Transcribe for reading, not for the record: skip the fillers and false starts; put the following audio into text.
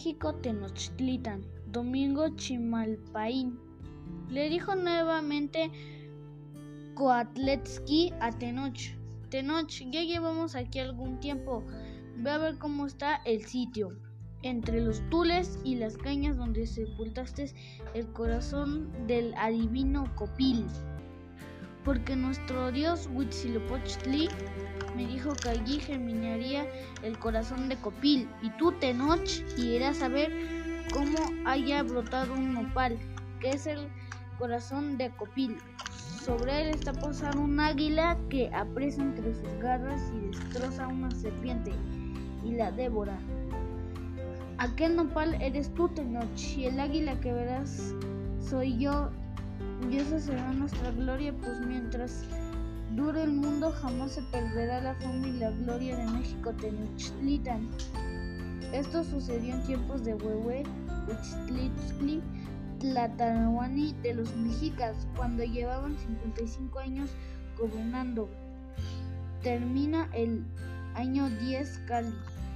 México Tenochtitlan, Domingo Chimalpaín. Le dijo nuevamente Coatlexki a Tenoch: Tenoch, ya llevamos aquí algún tiempo, ve a ver cómo está el sitio, entre los tules y las cañas donde sepultaste el corazón del adivino Copil, porque nuestro dios Huitzilopochtli me dijo que allí germinaría el corazón de Copil, y tú, Tenoch, irás a ver cómo haya brotado un nopal, que es el corazón de Copil. Sobre él está posado un águila que apresa entre sus garras y destroza una serpiente y la devora. Aquel nopal eres tú, Tenoch, y el águila que verás soy yo, y esa será nuestra gloria, pues mientras dure el mundo jamás se perderá la fama y la gloria de México Tenochtitlan. Esto sucedió en tiempos de Huehue Huitzilitzli Tlatoani de los mexicas, cuando llevaban 55 años gobernando. Termina el año 10 Cali.